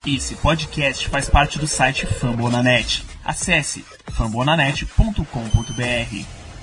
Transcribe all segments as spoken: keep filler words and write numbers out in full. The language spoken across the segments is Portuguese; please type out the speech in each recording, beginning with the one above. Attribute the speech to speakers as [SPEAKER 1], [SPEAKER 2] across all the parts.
[SPEAKER 1] Esse podcast faz parte do site Fambonanet. Acesse fambonanet ponto com ponto b r.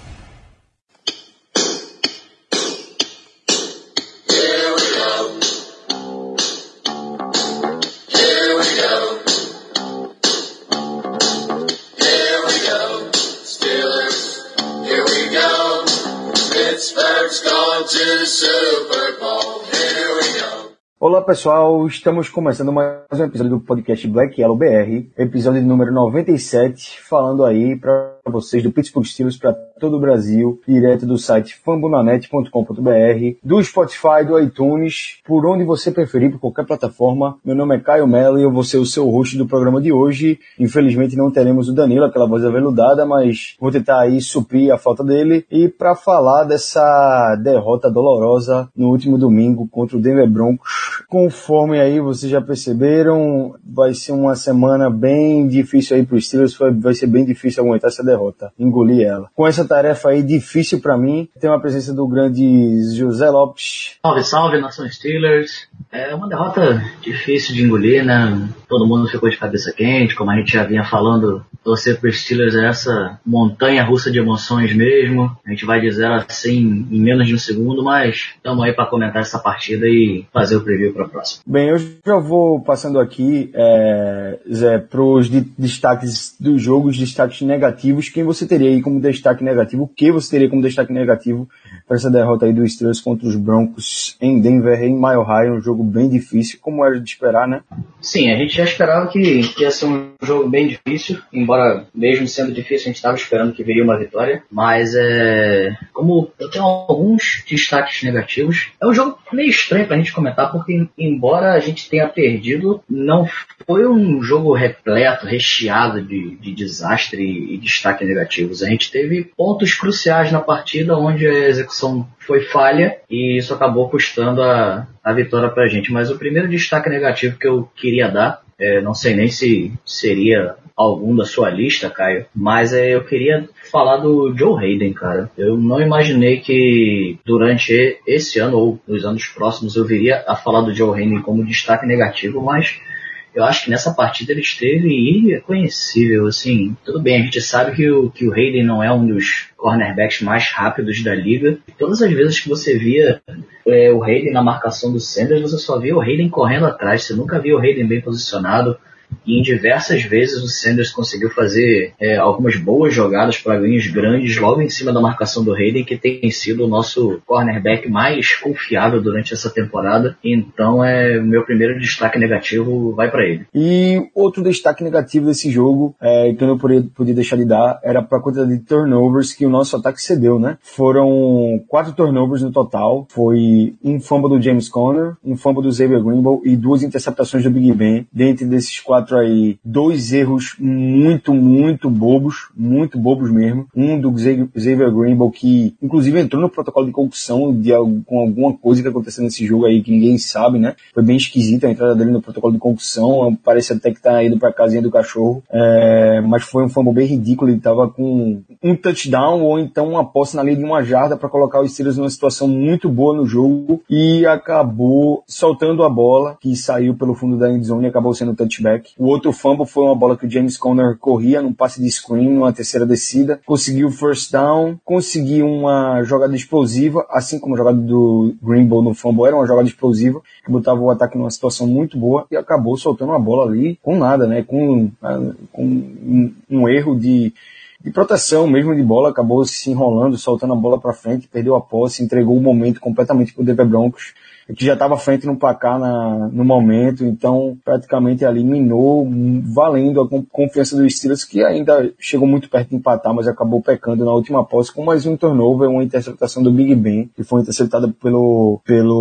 [SPEAKER 2] Olá pessoal, estamos começando mais um episódio do podcast Black Yellow B R, episódio número noventa e sete, falando aí para vocês do Pittsburgh Steelers para todo o Brasil, direto do site fambonanet ponto com ponto b r, do Spotify, do iTunes, por onde você preferir, por qualquer plataforma. Meu nome é Caio Mello e eu vou ser o seu host do programa de hoje. Infelizmente não teremos o Danilo, aquela voz aveludada, mas vou tentar aí suprir a falta dele. E para falar dessa derrota dolorosa no último domingo contra o Denver Broncos, conforme aí vocês já perceberam, vai ser uma semana bem difícil aí para os Steelers, vai ser bem difícil aguentar essa derrota, engolir ela. Com essa tarefa aí difícil para mim, tem uma presença do grande José Lopes.
[SPEAKER 3] Salve, salve, nação Steelers. É uma derrota difícil de engolir, né? Todo mundo ficou de cabeça quente, como a gente já vinha falando, torcer para os Steelers é essa montanha russa de emoções mesmo. A gente vai de zero a cem em menos de um segundo, mas estamos aí para comentar essa partida e fazer o preview para a próxima.
[SPEAKER 2] Bem, eu já vou passando aqui, é, Zé, para os de, destaques dos jogos, destaques negativos. Quem você teria aí como destaque negativo? O que você teria como destaque negativo para essa derrota aí dos Steelers contra os Broncos em Denver, em Mile High, um jogo bem difícil, como era de esperar, né?
[SPEAKER 3] Sim, a gente já esperava que, que ia ser um jogo bem difícil, embora mesmo sendo difícil a gente estava esperando que viria uma vitória, mas é, como eu tenho alguns destaques negativos, é um jogo meio estranho pra gente comentar, porque embora a gente tenha perdido, não foi um jogo repleto, recheado de, de desastre e destaque negativos. A gente teve pontos cruciais na partida onde a execução foi falha e isso acabou custando a, a vitória pra gente. Mas o primeiro destaque negativo que eu queria dar, é, não sei nem se seria algum da sua lista, Caio, mas é, eu queria falar do Joe Hayden, cara. Eu não imaginei que durante esse ano ou nos anos próximos eu viria a falar do Joe Hayden como destaque negativo, mas eu acho que nessa partida ele esteve irreconhecível, assim. Tudo bem, a gente sabe que o, que o Hayden não é um dos cornerbacks mais rápidos da liga. Todas as vezes que você via é, o Hayden na marcação do Sanders, você só via o Hayden correndo atrás, você nunca via o Hayden bem posicionado. E em diversas vezes o Sanders conseguiu fazer é, algumas boas jogadas para ganhos grandes logo em cima da marcação do Hayden, que tem sido o nosso cornerback mais confiável durante essa temporada. Então é o meu primeiro destaque negativo vai para ele.
[SPEAKER 2] E outro destaque negativo desse jogo, é, que eu não podia, podia deixar de dar, era para a quantidade de turnovers que o nosso ataque cedeu, né? Foram quatro turnovers no total. Foi um fumble do James Conner, um fumble do Xavier Greenbow e duas interceptações do Big Ben. Dentre desses quatro aí, dois erros muito, muito bobos, muito bobos mesmo. Um do Xavier Greenbow, que inclusive entrou no protocolo de concussão de, com alguma coisa que aconteceu nesse jogo aí que ninguém sabe, né? Foi bem esquisita a entrada dele no protocolo de concussão, parece até que tá indo pra casinha do cachorro, é, mas foi um fumble bem ridículo. Ele tava com um touchdown ou então uma posse na linha de uma jarda para colocar os Steelers numa situação muito boa no jogo e acabou soltando a bola, que saiu pelo fundo da endzone e acabou sendo um touchback. O outro fumble foi uma bola que o James Conner corria num passe de screen, numa terceira descida, conseguiu first down, conseguiu uma jogada explosiva, assim como a jogada do Greenbow no fumble era uma jogada explosiva, que botava o ataque numa situação muito boa e acabou soltando uma bola ali com nada, né, com, com um, um erro de de proteção mesmo de bola, acabou se enrolando, soltando a bola para frente, perdeu a posse, entregou o momento completamente para o Denver Broncos, que já estava frente no placar na, no momento, então praticamente ali minou, valendo a confiança dos Steelers, que ainda chegou muito perto de empatar, mas acabou pecando na última posse com mais um turnover, uma interceptação do Big Ben, que foi interceptada pelo,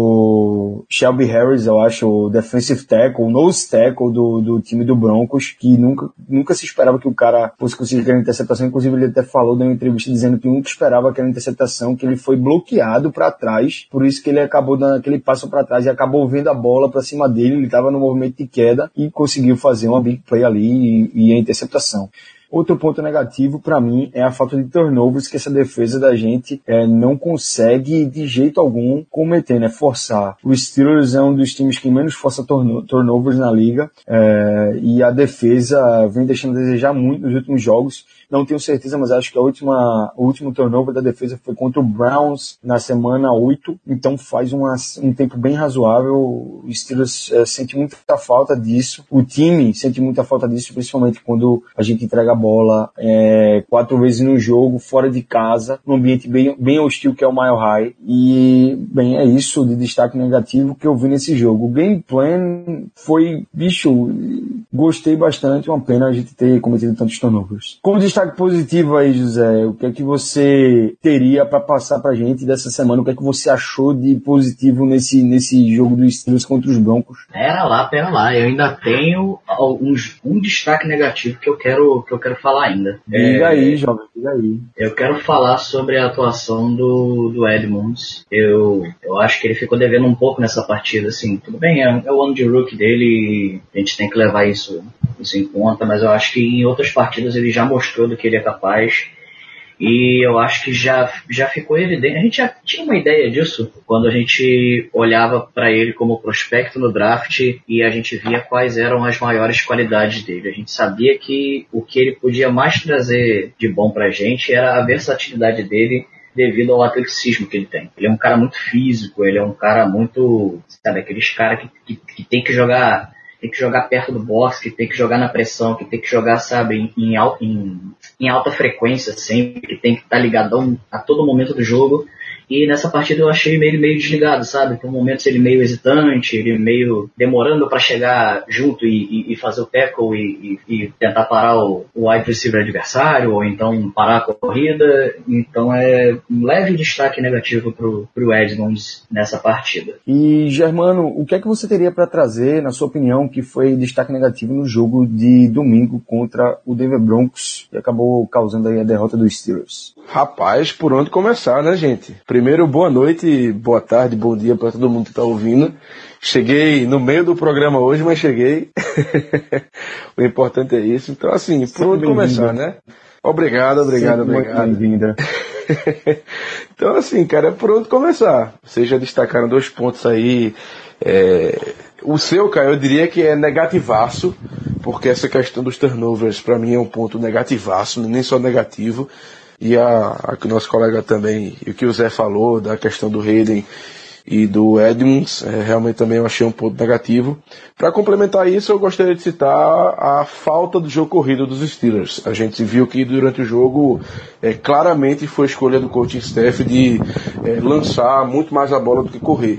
[SPEAKER 2] pelo Shelby Harris, eu acho, o defensive tackle, o nose tackle do, do time do Broncos, que nunca, nunca se esperava que o cara fosse conseguir aquela interceptação. Inclusive ele até falou na entrevista dizendo que nunca esperava aquela interceptação, que ele foi bloqueado para trás, por isso que ele acabou dando aquele passo para trás e acabou vendo a bola para cima dele. Ele estava no movimento de queda e conseguiu fazer uma big play ali e, e a interceptação. Outro ponto negativo para mim é a falta de turnovers que essa defesa da gente é, não consegue de jeito algum cometer, né? Forçar. O Steelers é um dos times que menos força turnovers na liga é, e a defesa vem deixando a desejar muito nos últimos jogos. Não tenho certeza, mas acho que a última, o último turnover da defesa foi contra o Browns na semana oito, então faz uma, um tempo bem razoável. O Steelers é, sente muita falta disso, o time sente muita falta disso, principalmente quando a gente entrega a bola é, quatro vezes no jogo, fora de casa, num ambiente bem, bem hostil que é o Mile High. E, bem, é isso de destaque negativo que eu vi nesse jogo. O game plan foi, bicho, gostei bastante, uma pena a gente ter cometido tantos turnovers. Como destaque positivo aí, José, o que é que você teria para passar pra gente dessa semana? O que é que você achou de positivo nesse, nesse jogo dos Steelers contra os Broncos?
[SPEAKER 3] Pera lá, pera lá, eu ainda tenho alguns, um destaque negativo que eu quero, que eu quero falar ainda.
[SPEAKER 2] Diga
[SPEAKER 3] é,
[SPEAKER 2] aí, jovem, diga aí.
[SPEAKER 3] Eu quero falar sobre a atuação do, do Edmonds. Eu, eu acho que ele ficou devendo um pouco nessa partida, assim, tudo bem, é, é o ano de rookie dele, a gente tem que levar isso, isso em conta, mas eu acho que em outras partidas ele já mostrou do que ele é capaz. E eu acho que já, já ficou evidente, a gente já tinha uma ideia disso quando a gente olhava para ele como prospecto no draft e a gente via quais eram as maiores qualidades dele. A gente sabia que o que ele podia mais trazer de bom pra gente era a versatilidade dele devido ao atleticismo que ele tem. Ele é um cara muito físico, ele é um cara muito, sabe, aqueles caras que, que, que tem que jogar... tem que jogar perto do box, que tem que jogar na pressão, que tem que jogar, sabe, em, em, em, em alta frequência sempre, que tem que estar ligadão a todo momento do jogo. E nessa partida eu achei ele meio desligado, sabe? Por momentos ele meio hesitante, ele meio demorando para chegar junto e, e, e fazer o tackle e, e, e tentar parar o, o wide receiver adversário, ou então parar a corrida. Então é um leve destaque negativo pro, pro Edmonds nessa partida.
[SPEAKER 2] E, Germano, o que é que você teria para trazer, na sua opinião, que foi destaque negativo no jogo de domingo contra o Denver Broncos, que acabou causando aí a derrota dos Steelers?
[SPEAKER 4] Rapaz, por onde começar, né, gente? Primeiro, boa noite, boa tarde, bom dia para todo mundo que está ouvindo. Cheguei no meio do programa hoje, mas cheguei. O importante é isso. Então, assim, por onde começar, né? Obrigado, obrigado,
[SPEAKER 2] Sempre
[SPEAKER 4] obrigado.
[SPEAKER 2] Muito bem-vinda.
[SPEAKER 4] Então, assim, cara, por onde começar? Vocês já destacaram dois pontos aí. É... O seu, cara, eu diria que é negativaço, porque essa questão dos turnovers, para mim, é um ponto negativaço, nem só negativo. E a, a que o nosso colega também, e o que o Zé falou da questão do Hayden e do Edmonds, é, realmente também eu achei um ponto negativo. Para complementar isso, eu gostaria de citar a falta do jogo corrido dos Steelers. A gente viu que durante o jogo, é, claramente foi a escolha do coaching staff de é, lançar muito mais a bola do que correr.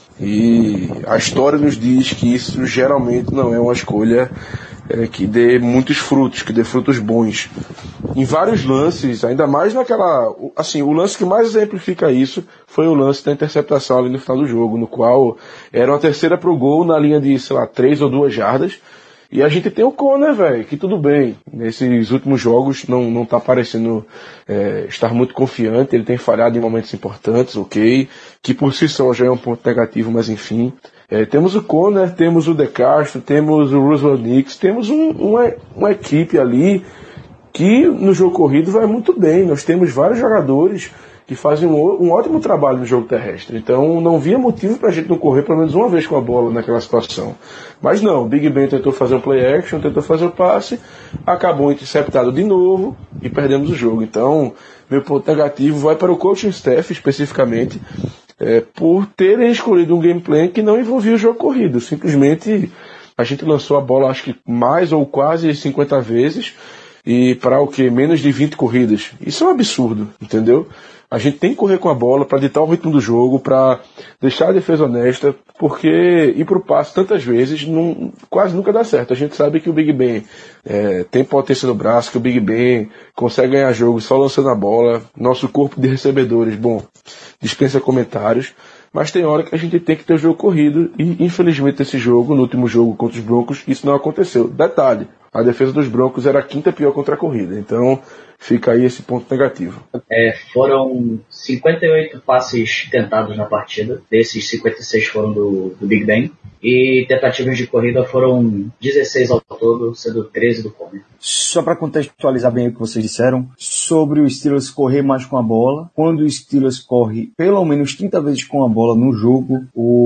[SPEAKER 4] E a história nos diz que isso geralmente não é uma escolha é, que dê muitos frutos, que dê frutos bons. Em vários lances, ainda mais naquela... Assim, o lance que mais exemplifica isso foi o lance da interceptação ali no final do jogo, no qual era uma terceira pro gol na linha de, sei lá, três ou duas jardas. E a gente tem o Conner, velho, que tudo bem. Nesses últimos jogos não, não tá parecendo é, estar muito confiante. Ele tem falhado em momentos importantes, ok. Que por si só já é um ponto negativo, mas enfim. É, temos o Conner, temos o De Castro, temos o Roosevelt Nix, temos um, uma, uma equipe ali que no jogo corrido vai muito bem. Nós temos vários jogadores que fazem um, um ótimo trabalho no jogo terrestre. Então não via motivo pra gente não correr pelo menos uma vez com a bola naquela situação. Mas não, o Big Ben tentou fazer um play action, tentou fazer o passe, acabou interceptado de novo e perdemos o jogo. Então, meu ponto negativo vai para o coaching staff especificamente, é, por terem escolhido um gameplay que não envolvia o jogo corrido. Simplesmente a gente lançou a bola acho que mais ou quase cinquenta vezes e para o que? Menos de vinte corridas. Isso é um absurdo, entendeu? A gente tem que correr com a bola para ditar o ritmo do jogo, para deixar a defesa honesta, porque ir pro passe tantas vezes não, quase nunca dá certo. A gente sabe que o Big Ben é, tem potência no braço, que o Big Ben consegue ganhar jogo só lançando a bola. Nosso corpo de recebedores, bom, dispensa comentários. Mas tem hora que a gente tem que ter o jogo corrido e, infelizmente, esse jogo, no último jogo contra os Broncos, isso não aconteceu. Detalhe, a defesa dos Broncos era a quinta pior contra a corrida. Então fica aí esse ponto negativo.
[SPEAKER 3] É, foram cinquenta e oito passes tentados na partida, desses cinquenta e seis foram do, do Big Ben, e tentativas de corrida foram dezesseis ao todo, sendo treze do Comer.
[SPEAKER 2] Só para contextualizar bem o que vocês disseram, sobre o Steelers correr mais com a bola, quando o Steelers corre pelo menos trinta vezes com a bola no jogo,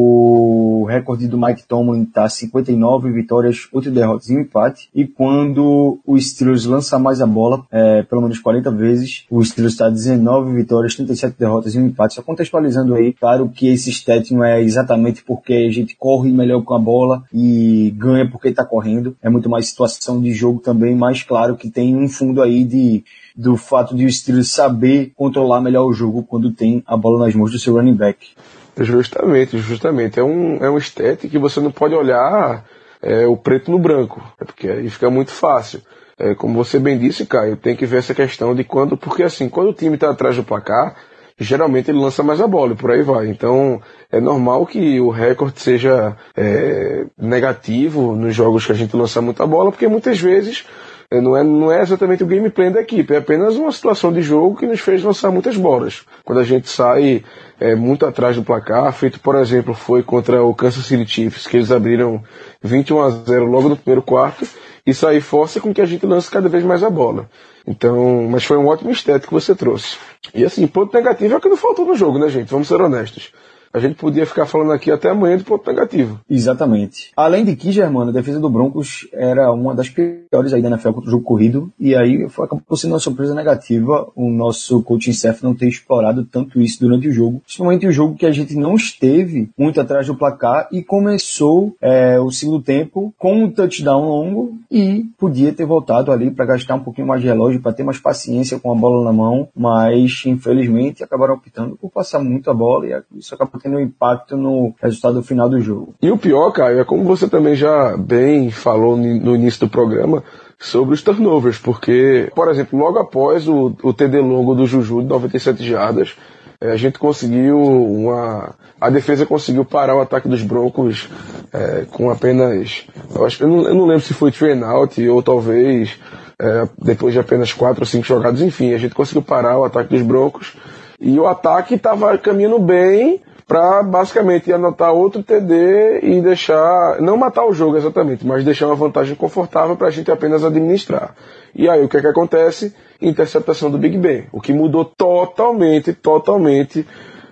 [SPEAKER 2] o recorde do Mike Tomlin está cinquenta e nove vitórias, oito derrotas e um empate, e quando o Steelers lança mais a bola, é, pelo menos quarenta vezes, o Steelers está dezenove vitórias, trinta e sete derrotas e um empate. Só contextualizando aí, claro que esse stat não é exatamente porque a gente corre melhor com a bola e ganha porque está correndo, é muito mais situação de jogo também, mas claro que tem um fundo aí de, do fato de o Steelers saber controlar melhor o jogo quando tem a bola nas mãos do seu running back.
[SPEAKER 4] Justamente, justamente. É um, é um stat que você não pode olhar é, o preto no branco, é porque aí fica muito fácil. É, como você bem disse, Caio, tem que ver essa questão de quando, porque assim, quando o time está atrás do placar, geralmente ele lança mais a bola e por aí vai. Então é normal que o recorde seja é, negativo nos jogos que a gente lança muita bola, porque muitas vezes é, não, é, não é exatamente o gameplay da equipe, é apenas uma situação de jogo que nos fez lançar muitas bolas. Quando a gente sai é, muito atrás do placar, feito por exemplo foi contra o Kansas City Chiefs, que eles abriram vinte e um a zero logo no primeiro quarto, isso aí força com que a gente lance cada vez mais a bola. Então, mas foi um ótimo stat que você trouxe. E assim, ponto negativo é o que não faltou no jogo, né, gente? Vamos ser honestos. A gente podia ficar falando aqui até amanhã de ponto negativo.
[SPEAKER 2] Exatamente. Além de que, Germano, a defesa do Broncos era uma das piores aí da N F L contra o jogo corrido, e aí foi, acabou sendo uma surpresa negativa o nosso coaching staff não ter explorado tanto isso durante o jogo. Principalmente o jogo que a gente não esteve muito atrás do placar e começou é, o segundo tempo com um touchdown longo e podia ter voltado ali para gastar um pouquinho mais de relógio, para ter mais paciência com a bola na mão, mas infelizmente acabaram optando por passar muito a bola e isso acabou tendo um impacto no resultado final do jogo.
[SPEAKER 4] E o pior, Caio, é como você também já bem falou no início do programa sobre os turnovers, porque, por exemplo, logo após o, o T D longo do Juju de noventa e sete jardas, a gente conseguiu uma... a defesa conseguiu parar o ataque dos Broncos é, com apenas... Eu, acho, eu, não, eu não lembro se foi three and out ou talvez é, depois de apenas quatro ou cinco jogadas, enfim, a gente conseguiu parar o ataque dos Broncos e o ataque estava caminhando bem para basicamente anotar outro T D e deixar, não matar o jogo exatamente, mas deixar uma vantagem confortável para a gente apenas administrar. E aí o que é que acontece? Interceptação do Big Ben, o que mudou totalmente, totalmente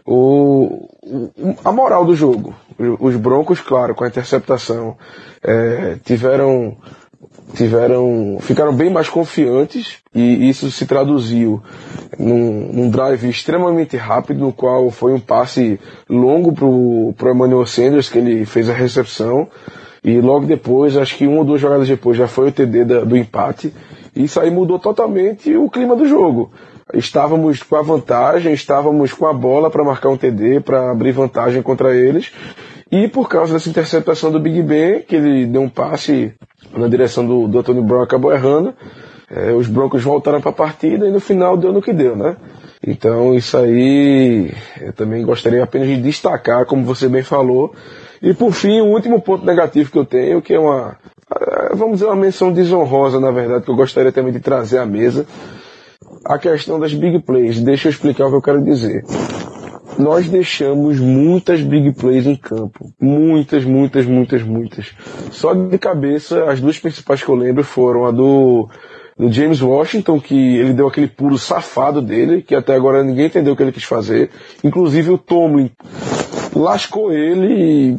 [SPEAKER 4] o, o, a moral do jogo. Os Broncos, claro, com a interceptação, é, tiveram... tiveram, ficaram bem mais confiantes e isso se traduziu num, num drive extremamente rápido, no qual foi um passe longo pro, pro Emmanuel Sanders, que ele fez a recepção, e logo depois, acho que uma ou duas jogadas depois, já foi o T D da, do empate, e isso aí mudou totalmente o clima do jogo. Estávamos com a vantagem, estávamos com a bola para marcar um T D, para abrir vantagem contra eles, e por causa dessa interceptação do Big Ben, que ele deu um passe na direção do, do Antonio Brown, acabou errando, é, os Broncos voltaram para a partida e no final deu no que deu, né? Então isso aí eu também gostaria apenas de destacar, como você bem falou. E por fim, o último ponto negativo que eu tenho, que é uma, vamos dizer, uma menção desonrosa, na verdade, que eu gostaria também de trazer à mesa, a questão das big plays. Deixa eu explicar o que eu quero dizer. Nós deixamos muitas big plays em campo. Muitas, muitas, muitas, muitas. Só de cabeça, as duas principais que eu lembro foram a do, do James Washington, que ele deu aquele pulo safado dele, que até agora ninguém entendeu o que ele quis fazer. Inclusive o Tomlin lascou ele,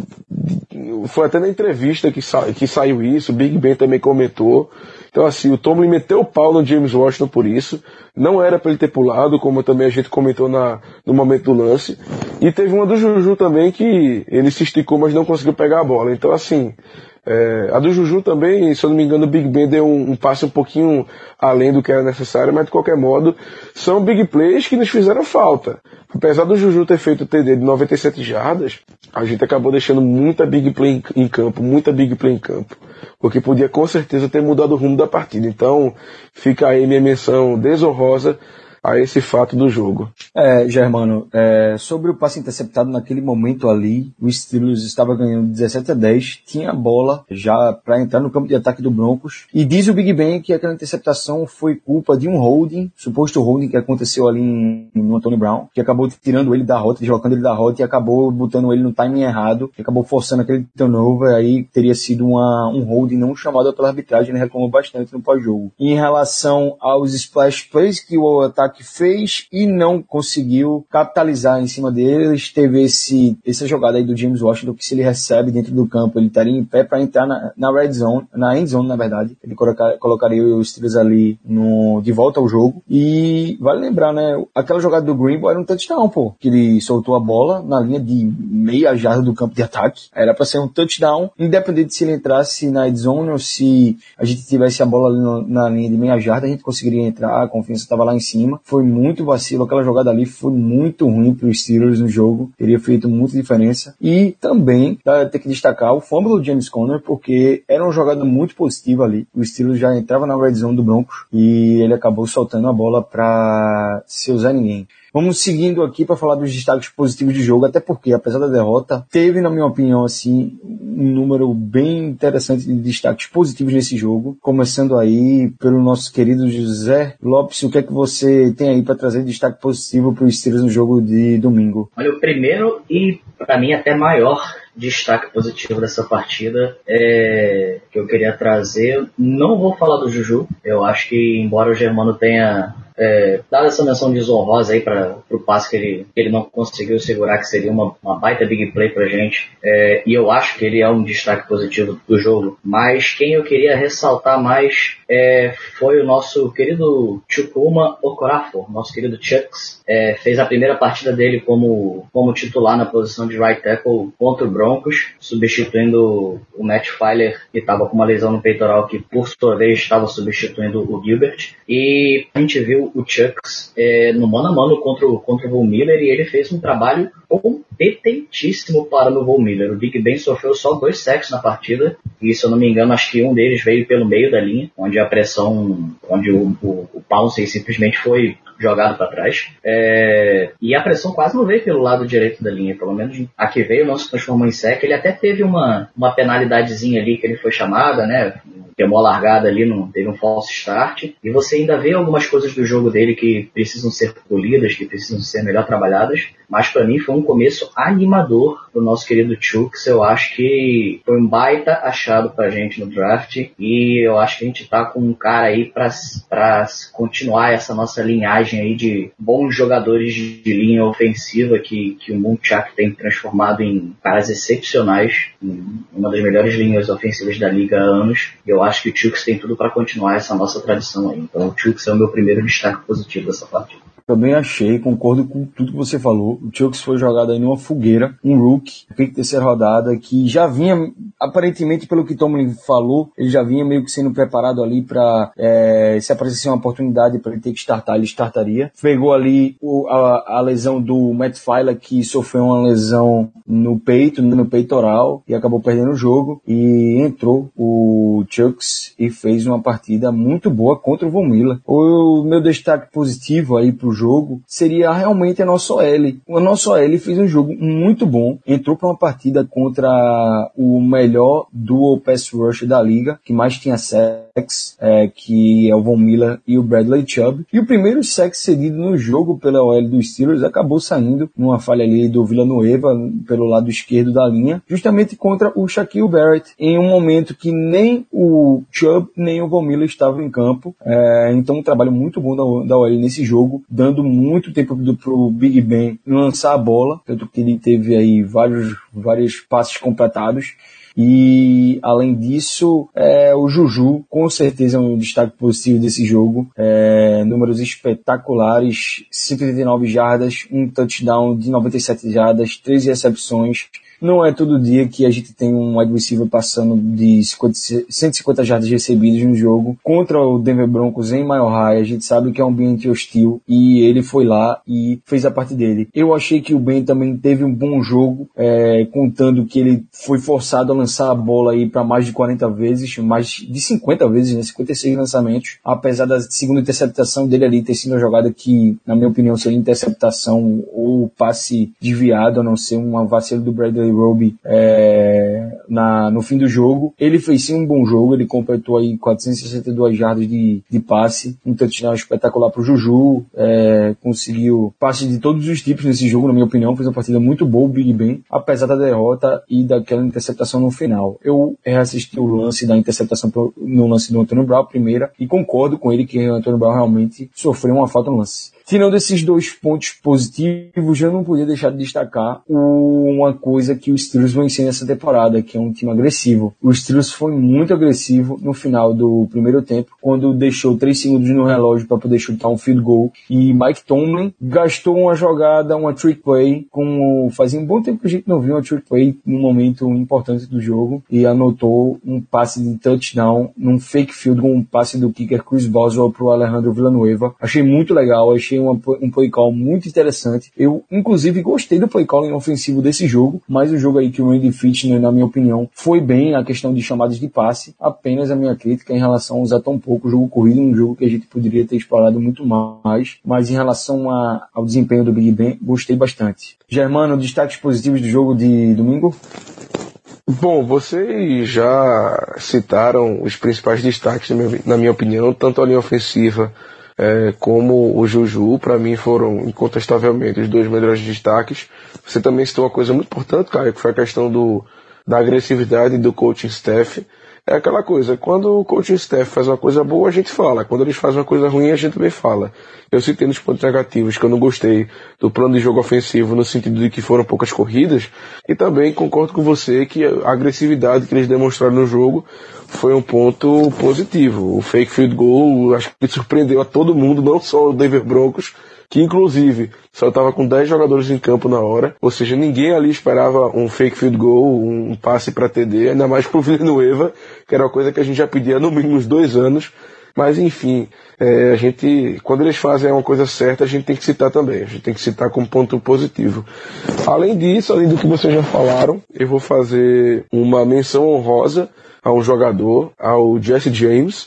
[SPEAKER 4] e foi até na entrevista que, sa- que saiu isso, o Big Ben também comentou. Então assim, o Tomlin meteu o pau no James Washington por isso. Não era para ele ter pulado, como também a gente comentou na, no momento do lance. E teve uma do Juju também que ele se esticou, mas não conseguiu pegar a bola. Então assim, é, a do Juju também, se eu não me engano, o Big Ben deu um, um passe um pouquinho além do que era necessário, mas de qualquer modo, são big plays que nos fizeram falta. Apesar do Juju ter feito o T D de noventa e sete jardas, a gente acabou deixando muita big play em campo, muita big play em campo, porque podia com certeza ter mudado o rumo da partida. Então, fica aí minha menção desonrosa a esse fato do jogo.
[SPEAKER 2] É, Germano, é, sobre o passe interceptado naquele momento ali, o Steelers estava ganhando dezessete a dez, tinha a bola já para entrar no campo de ataque do Broncos, e diz o Big Ben que aquela interceptação foi culpa de um holding, suposto holding que aconteceu ali em, no Antonio Brown, que acabou tirando ele da rota, deslocando ele da rota e acabou botando ele no timing errado, que acabou forçando aquele turnover, aí teria sido uma, um holding não chamado pela arbitragem, ele reclamou bastante no pós-jogo. Em relação aos splash plays que o ataque fez e não conseguiu capitalizar em cima deles, teve esse, essa jogada aí do James Washington, que se ele recebe dentro do campo, ele estaria em pé para entrar na, na red zone, na end zone, na verdade, ele colocar, colocaria os Steelers ali no, de volta ao jogo, e vale lembrar, né, aquela jogada do Greenbow era um touchdown, pô, que ele soltou a bola na linha de meia jarda do campo de ataque, era para ser um touchdown, independente se ele entrasse na end zone ou se a gente tivesse a bola ali no, na linha de meia jarda, a gente conseguiria entrar, a confiança estava lá em cima, foi muito vacilo, aquela jogada ali foi muito ruim para os Steelers no jogo, teria feito muita diferença, e também tá, tem que destacar o fumble do James Conner, porque era uma jogada muito positiva ali, o Steelers já entrava na red zone do Broncos, e ele acabou soltando a bola para se usar ninguém. Vamos seguindo aqui para falar dos destaques positivos de jogo, até porque, apesar da derrota, teve, na minha opinião, assim, um número bem interessante de destaques positivos nesse jogo, começando aí pelo nosso querido José Lopes. O que é que você tem aí para trazer de destaque positivo para os Steelers no jogo de domingo?
[SPEAKER 3] Olha, o primeiro e, para mim, até maior destaque positivo dessa partida é, que eu queria trazer, não vou falar do Juju, eu acho que, embora o Germano tenha É, dado essa menção desonrosa aí para o passe que ele, que ele não conseguiu segurar, que seria uma, uma baita big play pra gente, é, e eu acho que ele é um destaque positivo do jogo, mas quem eu queria ressaltar mais é, foi o nosso querido Chukwuma Okorafor, nosso querido Chucks, é, fez a primeira partida dele como, como titular na posição de right tackle contra o Broncos, substituindo o Matt Feiler, que estava com uma lesão no peitoral, que por sua vez estava substituindo o Gilbert, e a gente viu o Chucks é, no mano a mano contra o, contra o Von Miller, e ele fez um trabalho competentíssimo para o Von Miller. O Big Ben sofreu só dois sacks na partida, e se eu não me engano, acho que um deles veio pelo meio da linha, onde a pressão, onde o, o, o Pouncey simplesmente foi jogado para trás, é, e a pressão quase não veio pelo lado direito da linha, pelo menos a que veio não se transformou em sec. Ele até teve uma, uma penalidadezinha ali que ele foi chamada, né, queimou a largada ali, não teve um false start, e você ainda vê algumas coisas do jogo dele que precisam ser polidas, que precisam ser melhor trabalhadas, mas para mim foi um começo animador do nosso querido Chucks. Eu acho que foi um baita achado pra gente no draft, e eu acho que a gente tá com um cara aí pra, pra continuar essa nossa linhagem aí de bons jogadores de linha ofensiva que, que o Munchak tem transformado em caras excepcionais, em uma das melhores linhas ofensivas da liga há anos. E eu acho que o Chucks tem tudo para continuar essa nossa tradição aí. Então o Chucks é o meu primeiro destaque positivo dessa partida.
[SPEAKER 2] Também achei, concordo com tudo que você falou. O Chucks foi jogado aí numa fogueira, um rookie, pick terceira rodada, que já vinha, aparentemente, pelo que Tomlin falou, ele já vinha meio que sendo preparado ali para, é, se aparecesse uma oportunidade para ele ter que startar, ele startaria. Pegou ali o, a, a lesão do Matt Feiler, que sofreu uma lesão no peito, no peitoral, e acabou perdendo o jogo, e entrou o Chucks e fez uma partida muito boa contra o Von Miller. O meu destaque positivo aí pro jogo seria realmente a nossa O L. A nossa O L fez um jogo muito bom, entrou para uma partida contra o melhor dual pass rush da liga, que mais tinha sacks, é, que é o Von Miller e o Bradley Chubb, e o primeiro sack cedido no jogo pela O L dos Steelers acabou saindo numa falha ali do Villanueva pelo lado esquerdo da linha, justamente contra o Shaquille Barrett, em um momento que nem o Chubb nem o Von Miller estavam em campo. É, então um trabalho muito bom da, da O L nesse jogo, dando muito tempo para o Big Ben lançar a bola, tanto que ele teve aí vários, vários passes completados. E além disso, é, o Juju com certeza é um destaque positivo desse jogo, é, números espetaculares, cento e oitenta e nove jardas, um touchdown de noventa e sete jardas, treze recepções, Não é todo dia que a gente tem um wide receiver passando de cinquenta, cento e cinquenta jardas recebidas no jogo contra o Denver Broncos em Mile High. A gente sabe que é um ambiente hostil e ele foi lá e fez a parte dele. Eu achei que o Ben também teve um bom jogo, é, contando que ele foi forçado a lançar a bola aí para mais de quarenta vezes, mais de cinquenta vezes, né? cinquenta e seis lançamentos, apesar da segunda interceptação dele ali ter sido uma jogada que, na minha opinião, seria interceptação ou passe desviado, a não ser um vacilo do Bradley Roby é, na, no fim do jogo. Ele fez sim um bom jogo, ele completou aí quatrocentas e sessenta e duas jardas de, de passe, um touchdown espetacular pro Juju, é, conseguiu passe de todos os tipos nesse jogo, na minha opinião, fez uma partida muito boa o Big Ben, apesar da derrota e daquela interceptação no final. Eu reassisti o lance da interceptação no lance do Antônio Brown, a primeira, e concordo com ele que o Antônio Brown realmente sofreu uma falta no lance. Tirando esses dois pontos positivos, eu não podia deixar de destacar uma coisa que o Steelers vem sendo essa temporada, que é um time agressivo. O Steelers foi muito agressivo no final do primeiro tempo, quando deixou três segundos no relógio para poder chutar um field goal, e Mike Tomlin gastou uma jogada, uma trick play, como fazia um bom tempo que a gente não viu uma trick play num momento importante do jogo, e anotou um passe de touchdown num fake field goal, um passe do kicker Chris Boswell pro Alejandro Villanueva. Achei muito legal, achei Uma, um play call muito interessante. Eu, inclusive, gostei do play call ofensivo desse jogo, mas o jogo aí que o Randy Fitchner, na minha opinião, foi bem na questão de chamadas de passe. Apenas a minha crítica em relação a usar tão pouco o jogo corrido, um jogo que a gente poderia ter explorado muito mais, mas em relação a, ao desempenho do Big Ben, gostei bastante. Germano, destaques positivos do jogo de domingo?
[SPEAKER 4] Bom, vocês já citaram os principais destaques, na minha opinião, tanto a linha ofensiva É, como o Juju, para mim foram incontestavelmente os dois melhores destaques. Você também citou uma coisa muito importante, Caio, que foi a questão do, da agressividade do coaching staff. É aquela coisa, quando o coaching staff faz uma coisa boa, a gente fala. Quando eles fazem uma coisa ruim, a gente também fala. Eu citei nos pontos negativos que eu não gostei do plano de jogo ofensivo, no sentido de que foram poucas corridas, e também concordo com você que a agressividade que eles demonstraram no jogo foi um ponto positivo. O fake field goal, acho que surpreendeu a todo mundo, não só o Denver Broncos, que inclusive só estava com dez jogadores em campo na hora, ou seja, ninguém ali esperava um fake field goal, um passe para T D, ainda mais pro Villanueva, que era uma coisa que a gente já pedia há no mínimo uns dois anos. Mas enfim, é, a gente, quando eles fazem uma coisa certa, a gente tem que citar também, a gente tem que citar como ponto positivo. Além disso, além do que vocês já falaram, eu vou fazer uma menção honrosa a um jogador, ao Jesse James,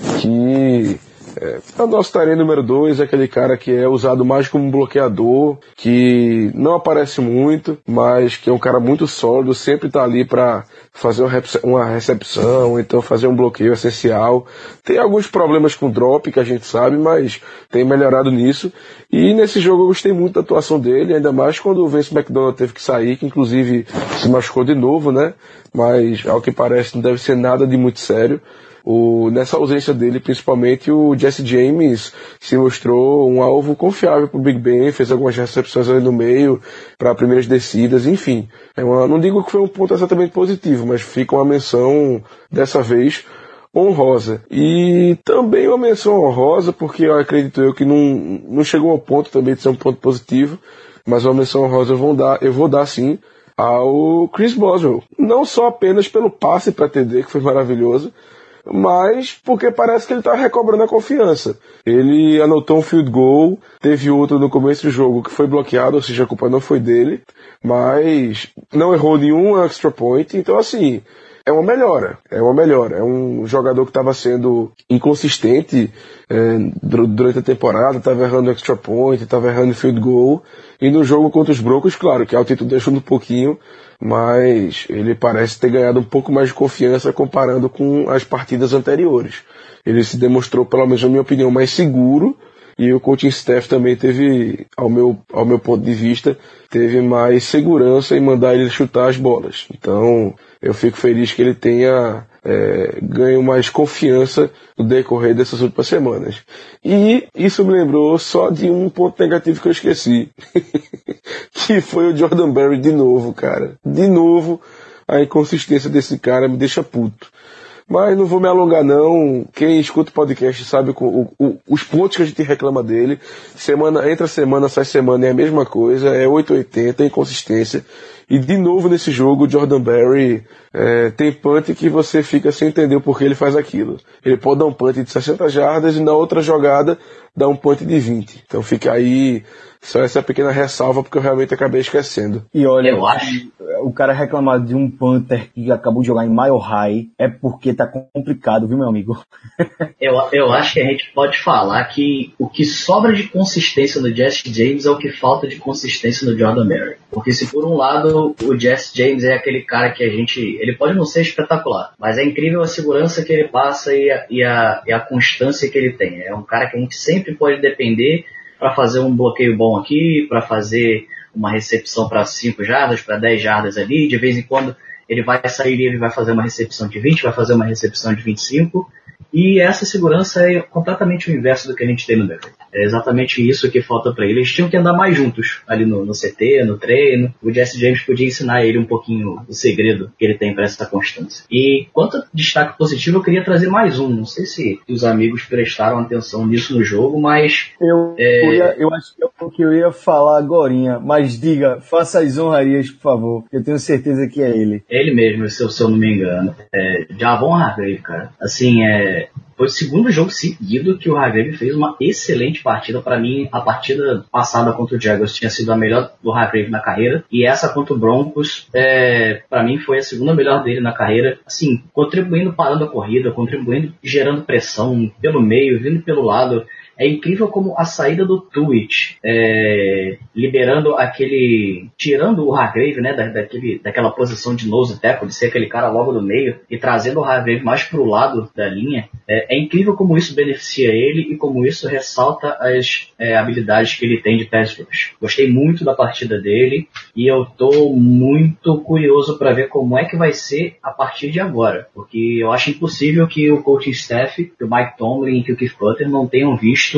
[SPEAKER 4] que é, é o nosso tarefa número dois, aquele cara que é usado mais como um bloqueador, que não aparece muito, mas que é um cara muito sólido, sempre está ali para fazer uma recepção, então fazer um bloqueio essencial. Tem alguns problemas com drop, que a gente sabe, mas tem melhorado nisso. E nesse jogo eu gostei muito da atuação dele, ainda mais quando o Vince McDonald teve que sair, que inclusive se machucou de novo, né? Mas ao que parece não deve ser nada de muito sério. O, nessa ausência dele, principalmente, o Jesse James se mostrou um alvo confiável para o Big Ben, fez algumas recepções ali no meio, para primeiras descidas, enfim. É uma, não digo que foi um ponto exatamente positivo, mas fica uma menção, dessa vez, honrosa. E também uma menção honrosa, porque eu acredito eu que não, não chegou ao ponto também de ser um ponto positivo, mas uma menção honrosa eu vou dar, eu vou dar sim, ao Chris Boswell. Não só apenas pelo passe para T D, que foi maravilhoso, mas porque parece que ele está recobrando a confiança. Ele anotou um field goal, teve outro no começo do jogo que foi bloqueado, ou seja, a culpa não foi dele, mas não errou nenhum extra point, então assim, é uma melhora, é uma melhora. É um jogador que estava sendo inconsistente é, durante a temporada, estava errando extra point, estava errando field goal, e no jogo contra os Broncos, claro, que a altitude ajuda um pouquinho, mas ele parece ter ganhado um pouco mais de confiança comparando com as partidas anteriores. Ele se demonstrou, pelo menos na minha opinião, mais seguro, e o coaching staff também teve, ao meu, ao meu ponto de vista, teve mais segurança em mandar ele chutar as bolas. Então, eu fico feliz que ele tenha é, ganho mais confiança no decorrer dessas últimas semanas. E isso me lembrou só de um ponto negativo que eu esqueci, que foi o Jordan Berry de novo, cara. De novo, a inconsistência desse cara me deixa puto. Mas não vou me alongar não, quem escuta o podcast sabe o, o, os pontos que a gente reclama dele, semana, entra semana, sai semana é a mesma coisa, é oito ou oitenta, é inconsistência, E de novo nesse jogo, o Jordan Berry é, tem punt que você fica sem entender o porquê ele faz aquilo. Ele pode dar um punt de sessenta jardas e na outra jogada dá um punt de vinte. Então fica aí só essa pequena ressalva, porque eu realmente acabei esquecendo.
[SPEAKER 2] E olha,
[SPEAKER 3] eu acho...
[SPEAKER 2] o cara reclamar de um punter que acabou de jogar em Mile High é porque tá complicado, viu, meu amigo?
[SPEAKER 3] eu, eu acho que a gente pode falar que o que sobra de consistência no Jesse James é o que falta de consistência no Jordan Berry. Porque se por um lado o Jesse James é aquele cara que a gente... Ele pode não ser espetacular, mas é incrível a segurança que ele passa e a, e a, e a constância que ele tem. É um cara que a gente sempre pode depender para fazer um bloqueio bom aqui, para fazer uma recepção para cinco jardas, para dez jardas ali. De vez em quando ele vai sair e ele vai fazer uma recepção de vinte, vai fazer uma recepção de vinte e cinco. E essa segurança é completamente o inverso do que a gente tem no Berkeley. É exatamente isso que falta para ele. Eles tinham que andar mais juntos ali no, no C T, no treino. O Jesse James podia ensinar a ele um pouquinho o segredo que ele tem para essa constância. E quanto a destaque positivo, eu queria trazer mais um. Não sei se os amigos prestaram atenção nisso no jogo, mas...
[SPEAKER 2] Eu, é... eu, ia, eu acho que é o que eu ia falar agorinha. Mas diga, faça as honrarias, por favor. Eu tenho certeza que é ele.
[SPEAKER 3] Ele mesmo, se eu, se eu não me engano. É, Javon Hargrave, cara. Assim, é... Foi o segundo jogo seguido que o Hargrave fez uma excelente partida. Para mim, a partida passada contra o Jaguars tinha sido a melhor do Hargrave na carreira. E essa contra o Broncos, é, para mim, foi a segunda melhor dele na carreira. Assim, contribuindo parando a corrida, contribuindo, gerando pressão pelo meio, vindo pelo lado. É incrível como a saída do Tuitt, é, liberando aquele... Tirando o Hargrave, né, da, daquele, daquela posição de nose tackle, de ser aquele cara logo no meio, e trazendo o Hargrave mais pro lado da linha. É, é incrível como isso beneficia ele e como isso ressalta as é, habilidades que ele tem de pass rush. Gostei muito da partida dele e eu tô muito curioso para ver como é que vai ser a partir de agora. Porque eu acho impossível que o coaching staff, que o Mike Tomlin e que o Keith Butler não tenham visto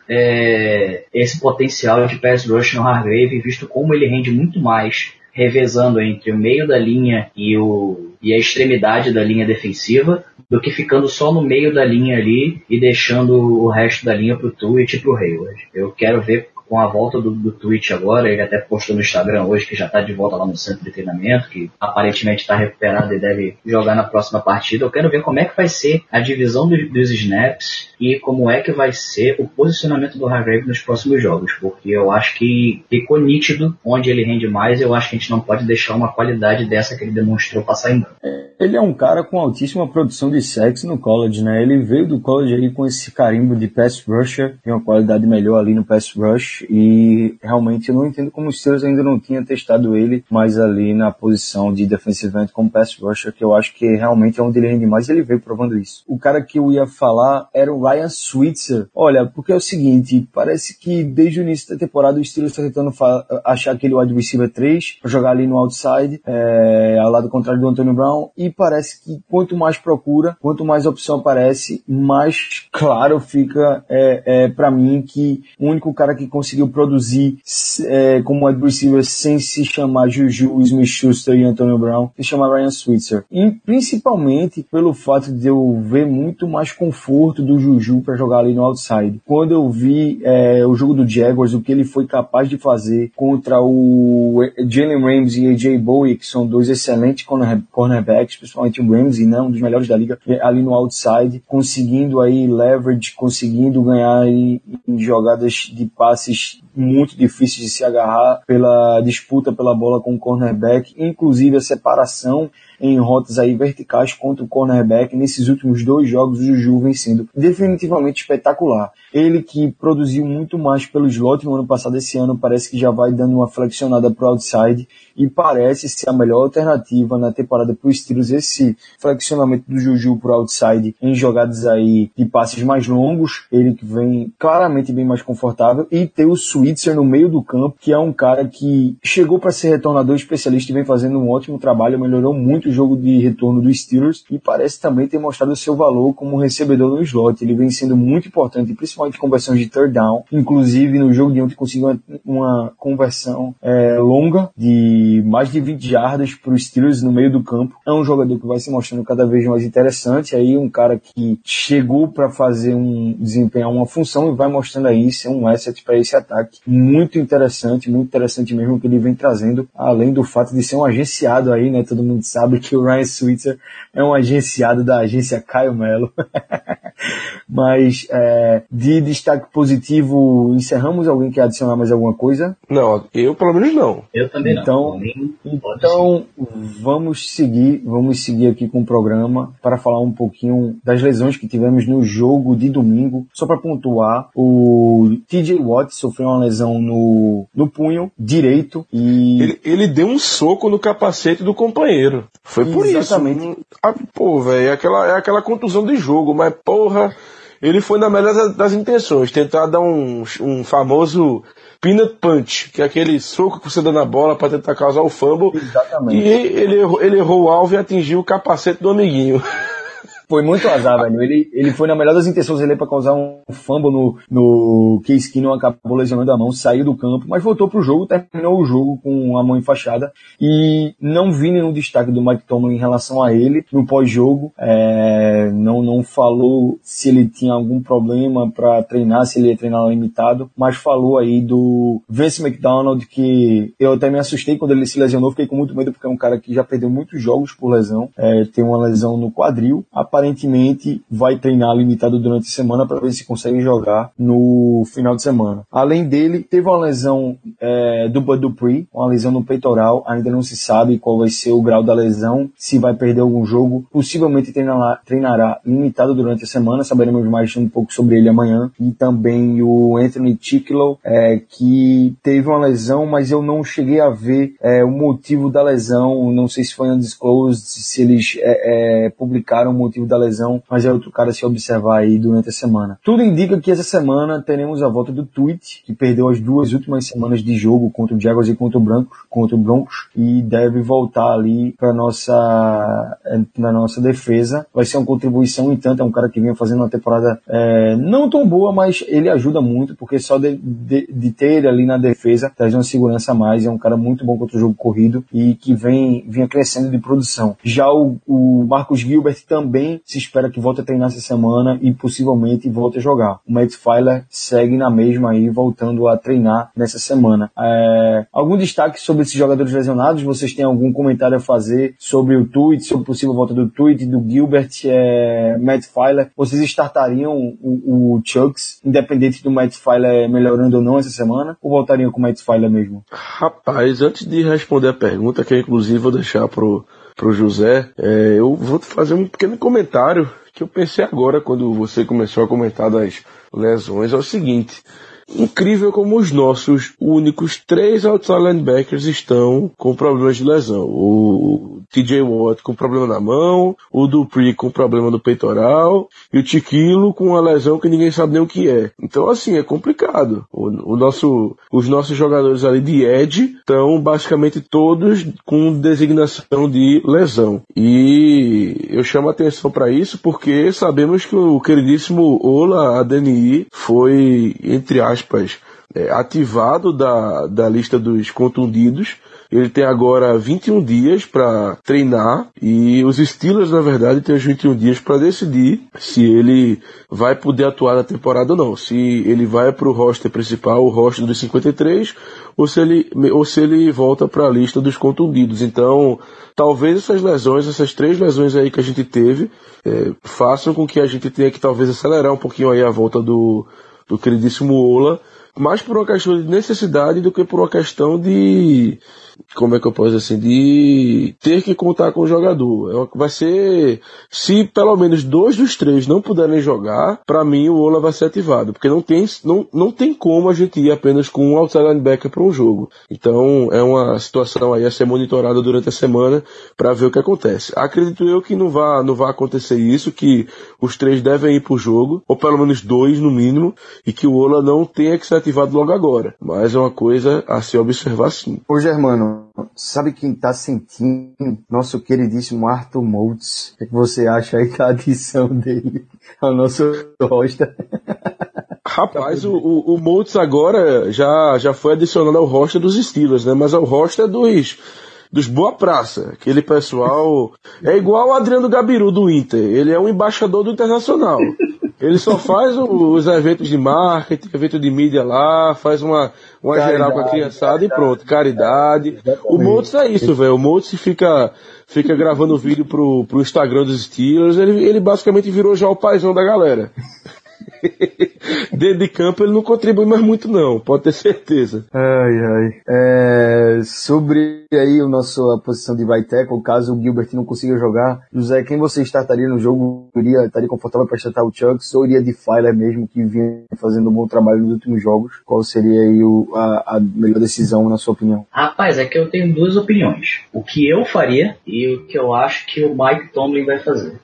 [SPEAKER 3] É, esse potencial de pass rush no Hargrave, visto como ele rende muito mais revezando entre o meio da linha e, o, e a extremidade da linha defensiva, do que ficando só no meio da linha ali e deixando o resto da linha pro Tuitt e pro Hayward. Eu quero ver com a volta do, do Tuitt agora, ele até postou no Instagram hoje que já está de volta lá no centro de treinamento, que aparentemente está recuperado e deve jogar na próxima partida. Eu quero ver como é que vai ser a divisão dos, dos snaps e como é que vai ser o posicionamento do Hargrave nos próximos jogos, porque eu acho que ficou nítido onde ele rende mais e eu acho que a gente não pode deixar uma qualidade dessa que ele demonstrou passar em branco.
[SPEAKER 2] Ele é um cara com altíssima produção de sacks no college, né? Ele veio do college aí com esse carimbo de pass rusher, tem uma qualidade melhor ali no pass rush, e realmente eu não entendo como os Steelers ainda não tinham testado ele mais ali na posição de defensive end como pass rusher, que eu acho que realmente é onde ele rende mais, e ele veio provando isso. O cara que eu ia falar era o Ryan Switzer. Olha, porque é o seguinte, parece que desde o início da temporada o Steelers está tentando achar aquele wide receiver três para jogar ali no outside, é, ao lado contrário do Antonio Brown, e parece que quanto mais procura, quanto mais opção aparece, mais claro fica é, é, para mim que o único cara que conseguiu produzir é, como wide receiver sem se chamar Juju, Smith-Schuster e Antonio Brown, se chama Ryan Switzer. E principalmente pelo fato de eu ver muito mais conforto do Juju para jogar ali no outside. Quando eu vi é, o jogo do Jaguars, o que ele foi capaz de fazer contra o Jalen Ramsey e A J Bowie, que são dois excelentes corner, cornerbacks, principalmente o Ramsey, né, um dos melhores da liga, ali no outside, conseguindo aí leverage, conseguindo ganhar aí em jogadas de passes muito difíceis de se agarrar pela disputa pela bola com o cornerback, inclusive a separação em rotas aí verticais contra o cornerback. Nesses últimos dois jogos, o Juju vem sendo definitivamente espetacular. Ele que produziu muito mais pelo slot no ano passado, esse ano parece que já vai dando uma flexionada pro outside e parece ser a melhor alternativa na temporada para os Steelers, esse flexionamento do Juju pro outside em jogadas aí de passes mais longos, ele que vem claramente bem mais confortável, e ter o Switzer no meio do campo, que é um cara que chegou para ser retornador especialista e vem fazendo um ótimo trabalho, melhorou muito o jogo de retorno dos Steelers e parece também ter mostrado o seu valor como recebedor no slot. Ele vem sendo muito importante, principalmente em conversões de third down, inclusive no jogo de ontem conseguiu uma, uma conversão é, longa de mais de vinte jardas para os Steelers no meio do campo. É um jogador que vai se mostrando cada vez mais interessante, aí um cara que chegou para fazer um desempenhar uma função e vai mostrando aí ser um asset para esse ataque destaque muito interessante, muito interessante mesmo que ele vem trazendo, além do fato de ser um agenciado aí, né? Todo mundo sabe que o Ryan Switzer é um agenciado da agência Caio Melo. Mas é, de destaque positivo, encerramos. Alguém quer adicionar mais alguma coisa?
[SPEAKER 4] Não, eu pelo menos não.
[SPEAKER 3] Eu também
[SPEAKER 2] então,
[SPEAKER 3] não.
[SPEAKER 2] Então, vamos seguir, vamos seguir aqui com o programa para falar um pouquinho das lesões que tivemos no jogo de domingo. Só para pontuar, o T J Watt sofreu uma lesão no, no punho direito e...
[SPEAKER 4] Ele, ele deu um soco no capacete do companheiro. Foi por
[SPEAKER 2] Exatamente.
[SPEAKER 4] isso. Ah, pô, velho, é aquela, é aquela contusão de jogo, mas porra, ele foi na melhor das, das intenções, tentar dar um, um famoso peanut punch, que é aquele soco que você dá na bola para tentar causar o fumble.
[SPEAKER 2] Exatamente.
[SPEAKER 4] E ele errou, ele errou o alvo e atingiu o capacete do amiguinho.
[SPEAKER 2] Foi muito azar, velho. Ele, ele foi na melhor das intenções ali pra causar um fumble no, no Case Keenum, acabou lesionando a mão, saiu do campo, mas voltou pro jogo, terminou o jogo com a mão enfaixada e não vi nenhum destaque do Mike Tomlin em relação a ele no pós-jogo. É, não, não falou se ele tinha algum problema pra treinar, se ele ia treinar limitado, mas falou aí do Vance McDonald, que eu até me assustei quando ele se lesionou, fiquei com muito medo porque é um cara que já perdeu muitos jogos por lesão, é, tem uma lesão no quadril, aparentemente vai treinar limitado durante a semana para ver se consegue jogar no final de semana. Além dele, teve uma lesão é, do Bud Dupree, uma lesão no peitoral, ainda não se sabe qual vai ser o grau da lesão, se vai perder algum jogo, possivelmente treinará, treinará limitado durante a semana, saberemos mais um pouco sobre ele amanhã. E também o Anthony Chicklow, é, que teve uma lesão, mas eu não cheguei a ver é, o motivo da lesão, não sei se foi undisclosed, se eles é, é, publicaram o motivo da lesão, mas é outro cara a se observar aí durante a semana. Tudo indica que essa semana teremos a volta do Tweet, que perdeu as duas últimas semanas de jogo contra o Jaguars e contra o Broncos, contra o Broncos, e deve voltar ali para nossa na nossa defesa. Vai ser uma contribuição em tanto, é um cara que vinha fazendo uma temporada é, não tão boa, mas ele ajuda muito, porque só de, de, de ter ele ali na defesa traz uma segurança a mais, é um cara muito bom contra o jogo corrido e que vem vinha crescendo de produção. Já o, o Marcus Gilbert também se espera que volte a treinar essa semana e possivelmente volte a jogar. O Matt Filer segue na mesma aí, voltando a treinar nessa semana. É, algum destaque sobre esses jogadores lesionados? Vocês têm algum comentário a fazer sobre o Tweet, sobre a possível volta do Tweet, do Gilbert, é, Matt Filer? Vocês startariam o, o Chucks, independente do Matt Filer melhorando ou não essa semana, ou voltariam com o Matt Filer mesmo?
[SPEAKER 4] Rapaz, antes de responder a pergunta, que eu inclusive vou deixar pro pro José, é, eu vou fazer um pequeno comentário que eu pensei agora quando você começou a comentar das lesões. É o seguinte: incrível como os nossos únicos três outside linebackers estão com problemas de lesão. O T J Watt com problema na mão, o Dupree com problema no peitoral e o Chiquilo com uma lesão que ninguém sabe nem o que é. Então, assim, é complicado. O, o nosso, os nossos jogadores ali de edge estão basicamente todos com designação de lesão. E eu chamo a atenção para isso porque sabemos que o queridíssimo Ola Adeniyi foi, entre aspas, é, ativado da, da lista dos contundidos. Ele tem agora vinte e um dias para treinar e os Steelers, na verdade, têm os vinte e um dias para decidir se ele vai poder atuar na temporada ou não. Se ele vai para o roster principal, o roster dos cinquenta e três, ou se ele, ou se ele volta para a lista dos contundidos. Então, talvez essas lesões, essas três lesões aí que a gente teve, é, façam com que a gente tenha que talvez acelerar um pouquinho aí a volta do, do queridíssimo Ola, mais por uma questão de necessidade do que por uma questão de, como é que eu posso dizer assim, de ter que contar com o jogador. É uma, vai ser, se pelo menos dois dos três não puderem jogar, para mim o Ola vai ser ativado, porque não tem, não, não tem como a gente ir apenas com um outside linebacker para um jogo. Então é uma situação aí a ser monitorada durante a semana para ver o que acontece. Acredito eu que não vai, não vai acontecer isso, que os três devem ir pro jogo, ou pelo menos dois no mínimo, e que o Ola não tenha que ser ativado logo agora. Mas é uma coisa a se observar sim.
[SPEAKER 2] Ô Germano, sabe quem tá sentindo? Nosso queridíssimo Arthur Moulds. O que, é que você acha aí da adição dele ao nosso roster?
[SPEAKER 4] Rapaz, o, o, o Moulds agora já, já foi adicionado ao roster dos Steelers, né? Mas ao roster dos, dos Boa Praça. Aquele pessoal é igual o Adriano Gabiru do Inter. Ele é um embaixador do Internacional. Ele só faz o, os eventos de marketing, evento de mídia lá, faz uma, uma caridade, geral com a criançada caridade, e pronto, caridade. É, o Motes é isso, velho. O Motes fica, fica gravando vídeo pro, pro Instagram dos Steelers, ele, ele basicamente virou já o paizão da galera. Dentro de campo ele não contribui mais muito não, pode ter certeza.
[SPEAKER 2] Ai, ai. É, sobre aí o nosso, a posição de right tackle, caso o Gilbert não consiga jogar, José, quem você startaria no jogo? Iria, estaria confortável para startar o Chucks ou iria de Feiler mesmo, que vinha fazendo um bom trabalho nos últimos jogos? Qual seria aí o, a, a melhor decisão na sua opinião?
[SPEAKER 3] Rapaz, é que eu tenho duas opiniões. O que eu faria e o que eu acho que o Mike Tomlin vai fazer.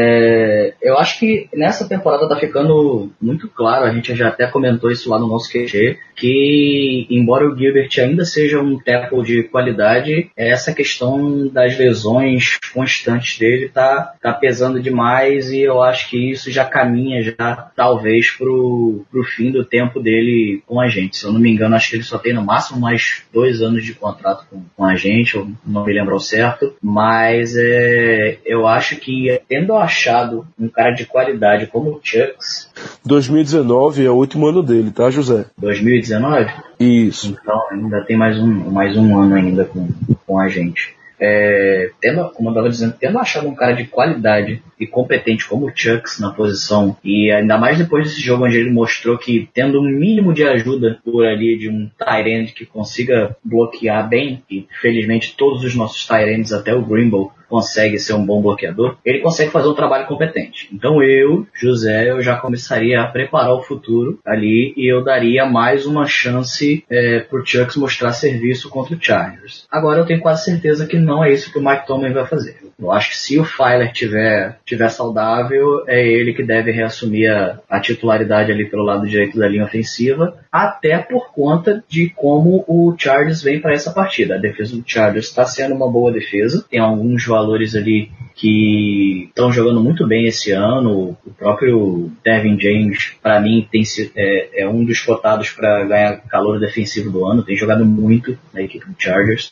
[SPEAKER 3] É, eu acho que nessa temporada tá ficando muito claro, a gente já até comentou isso lá no nosso Q G, que embora o Gilbert ainda seja um tackle de qualidade, essa questão das lesões constantes dele tá, tá pesando demais e eu acho que isso já caminha já talvez pro, pro fim do tempo dele com a gente. Se eu não me engano, acho que ele só tem no máximo mais dois anos de contrato com, com a gente, eu não me lembro ao certo, mas é, eu acho que tendo achado um cara de qualidade como o Chucks...
[SPEAKER 4] dois mil e dezenove é o último ano dele, tá, José?
[SPEAKER 3] dois mil e dezenove?
[SPEAKER 4] Isso.
[SPEAKER 3] Então ainda tem mais um, mais um ano ainda com, com a gente. É, tendo, como eu estava dizendo, tendo achado um cara de qualidade e competente como o Chucks na posição, e ainda mais depois desse jogo onde ele mostrou que tendo um mínimo de ajuda por ali de um tight end que consiga bloquear bem, e felizmente todos os nossos tight ends, até o Greenbow, consegue ser um bom bloqueador, ele consegue fazer um trabalho competente. Então eu, José, eu já começaria a preparar o futuro ali e eu daria mais uma chance é, pro Chucks mostrar serviço contra o Chargers. Agora eu tenho quase certeza que não é isso que o Mike Tomlin vai fazer. Eu acho que se o Feiler tiver, tiver saudável, é ele que deve reassumir a, a titularidade ali pelo lado direito da linha ofensiva, até por conta de como o Chargers vem para essa partida. A defesa do Chargers está sendo uma boa defesa, tem alguns valores ali que estão jogando muito bem esse ano. O próprio Derwin James, para mim, tem, é, é um dos cotados para ganhar calor defensivo do ano, tem jogado muito na equipe do Chargers.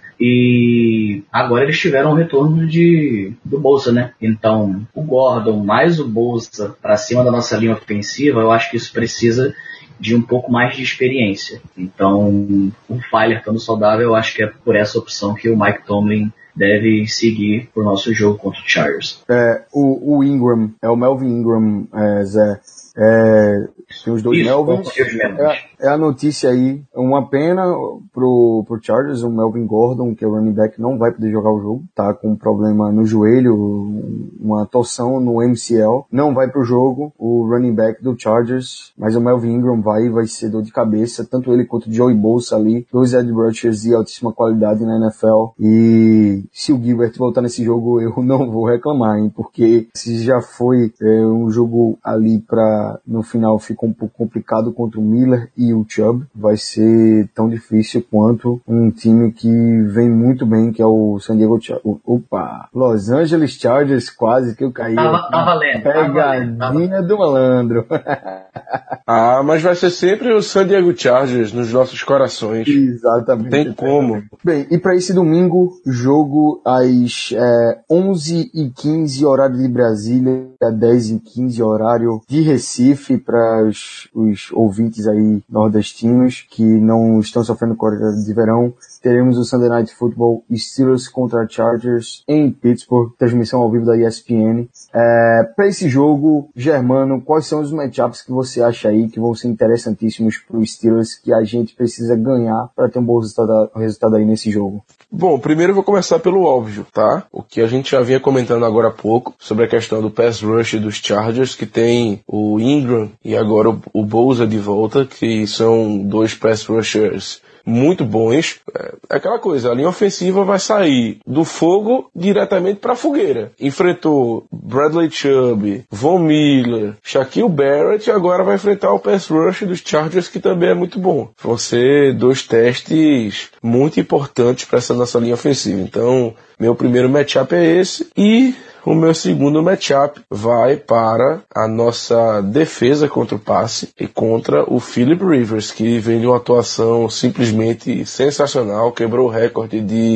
[SPEAKER 3] E agora eles tiveram um retorno de, do Bosa, né? Então, o Gordon mais o Bosa para cima da nossa linha ofensiva, eu acho que isso precisa de um pouco mais de experiência. Então, o Feiler estando saudável, eu acho que é por essa opção que o Mike Tomlin deve seguir pro nosso jogo contra o Chargers.
[SPEAKER 2] É, o, o Ingram, é o Melvin Ingram, é, Zé. É, tem os dois Melvins. É, é a notícia aí. Uma pena pro, pro Chargers, o Melvin Gordon, que é o running back, não vai poder jogar o jogo. Tá com um problema no joelho, uma torção no M C L. Não vai pro jogo o running back do Chargers, mas o Melvin Ingram vai vai ser dor de cabeça. Tanto ele quanto o Joey Bosa ali. Dois edge rushers de altíssima qualidade na N F L. E se o Gilbert voltar nesse jogo, eu não vou reclamar, hein? Porque se já foi é, um jogo ali pra no final ficou um pouco complicado contra o Miller e o Chubb, vai ser tão difícil quanto um time que vem muito bem, que é o San Diego Chargers. Opa! Los Angeles Chargers, quase que eu caí.
[SPEAKER 3] Tava, tá valendo.
[SPEAKER 2] Pegadinha
[SPEAKER 3] tá valendo,
[SPEAKER 2] do malandro.
[SPEAKER 4] Ah, mas vai ser sempre o San Diego Chargers nos nossos corações.
[SPEAKER 2] Exatamente.
[SPEAKER 4] Tem como.
[SPEAKER 2] Bem, e para esse domingo, jogo às é, onze e quinze, horário de Brasília, dez e quinze, horário de Recife, para os, os ouvintes aí nordestinos que não estão sofrendo corrida de verão. Teremos o Sunday Night Football Steelers contra Chargers em Pittsburgh, transmissão ao vivo da E S P N. É, para esse jogo, Germano, quais são os matchups que você acha aí que vão ser interessantíssimos para os Steelers, que a gente precisa ganhar para ter um bom resultado, resultado aí nesse jogo?
[SPEAKER 4] Bom, primeiro eu vou começar pelo óbvio, tá? O que a gente já vinha comentando agora há pouco sobre a questão do pass rush dos Chargers, que tem o Ingram e agora o, o Bosa de volta, que são dois pass rushers muito bons. É aquela coisa, a linha ofensiva vai sair do fogo diretamente para a fogueira. Enfrentou Bradley Chubb, Von Miller, Shaquille Barrett e agora vai enfrentar o pass rush dos Chargers, que também é muito bom. Vão ser dois testes muito importantes para essa nossa linha ofensiva. Então, meu primeiro matchup é esse e o meu segundo matchup vai para a nossa defesa contra o passe e contra o Philip Rivers, que vem de uma atuação simplesmente sensacional, quebrou o recorde de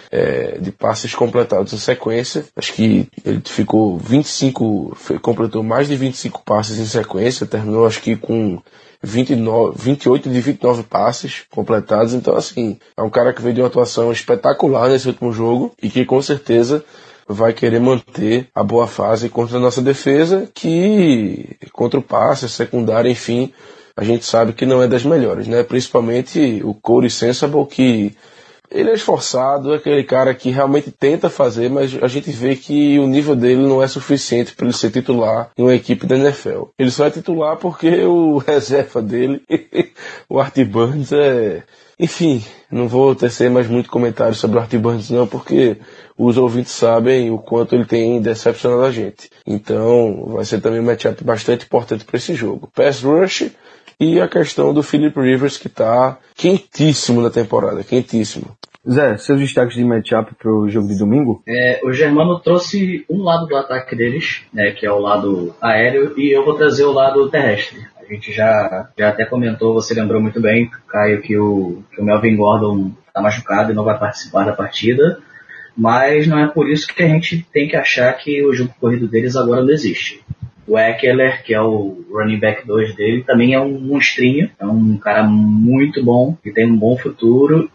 [SPEAKER 4] é, de passes completados em sequência. Acho que ele ficou vinte e cinco, foi, completou mais de vinte e cinco passes em sequência, terminou acho que com vinte e nove, vinte e oito de vinte e nove passes completados. Então, assim, é um cara que veio de uma atuação espetacular nesse último jogo e que com certeza vai querer manter a boa fase contra a nossa defesa, que contra o passe, a secundária, enfim, a gente sabe que não é das melhores, né? Principalmente o Corey Sensible, que ele é esforçado, é aquele cara que realmente tenta fazer, mas a gente vê que o nível dele não é suficiente para ele ser titular em uma equipe da N F L. Ele só é titular porque o reserva dele, o Artie Burns, é... Enfim, não vou tecer mais muito comentário sobre o Artie Burns não, porque os ouvintes sabem o quanto ele tem decepcionado a gente. Então, vai ser também um matchup bastante importante para esse jogo. Pass rush e a questão do Philip Rivers, que está quentíssimo na temporada, quentíssimo.
[SPEAKER 2] Zé, seus destaques de matchup para o jogo de domingo?
[SPEAKER 3] É, o Germano trouxe um lado do ataque deles, né, que é o lado aéreo, e eu vou trazer o lado terrestre. A gente já, já até comentou, você lembrou muito bem, Caio, que o, que o Melvin Gordon está machucado e não vai participar da partida, mas não é por isso que a gente tem que achar que o jogo corrido deles agora não existe. O Ekeler, que é o running back dois dele, também é um monstrinho, é um cara muito bom, que tem um bom futuro,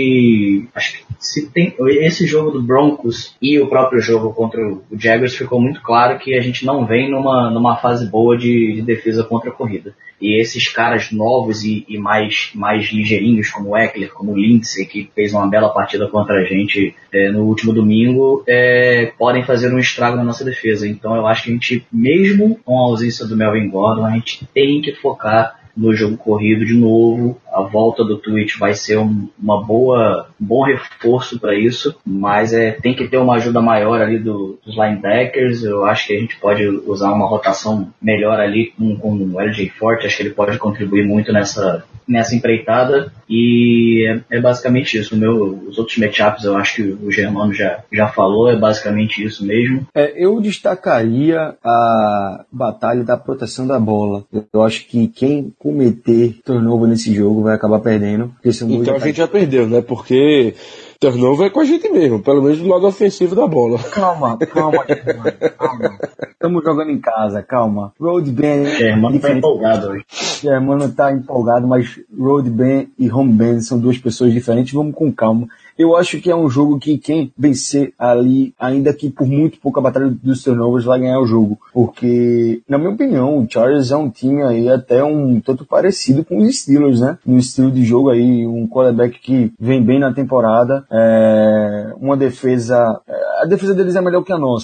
[SPEAKER 3] e acho que se tem, esse jogo do Broncos e o próprio jogo contra o Jaguars ficou muito claro que a gente não vem numa, numa fase boa de, de defesa contra a corrida. E esses caras novos e, e mais, mais ligeirinhos, como o Ekeler, como o Lindsay, que fez uma bela partida contra a gente é, no último domingo, é, podem fazer um estrago na nossa defesa. Então eu acho que a gente, mesmo com a ausência do Melvin Gordon, a gente tem que focar no jogo corrido de novo. A volta do Twitch vai ser um, uma boa, um bom reforço para isso, mas é, tem que ter uma ajuda maior ali do, dos linebackers. Eu acho que a gente pode usar uma rotação melhor ali com, com o L J Forte, acho que ele pode contribuir muito nessa, nessa empreitada, e é, é basicamente isso. O meu, os outros matchups eu acho que o Germano já, já falou, é basicamente isso mesmo.
[SPEAKER 2] É, eu destacaria a batalha da proteção da bola. Eu acho que quem cometer turnover nesse jogo vai acabar perdendo.
[SPEAKER 4] Então a gente já perdeu, né? Porque turnover é com a gente mesmo, pelo menos do lado ofensivo da bola.
[SPEAKER 2] Calma, calma, calma, calma. Estamos jogando em casa, calma. Road Ben...
[SPEAKER 3] Germano tá empolgado hoje.
[SPEAKER 2] Germano tá empolgado, mas Road Ben e Home Ben são duas pessoas diferentes. Vamos com calma. Eu acho que é um jogo que quem vencer ali, ainda que por muito pouca batalha dos turnovers, vai ganhar o jogo. Porque, na minha opinião, o Chargers é um time aí até um tanto parecido com os Steelers, né? No estilo de jogo aí, um quarterback que vem bem na temporada, é uma defesa... A defesa deles é melhor que a nossa,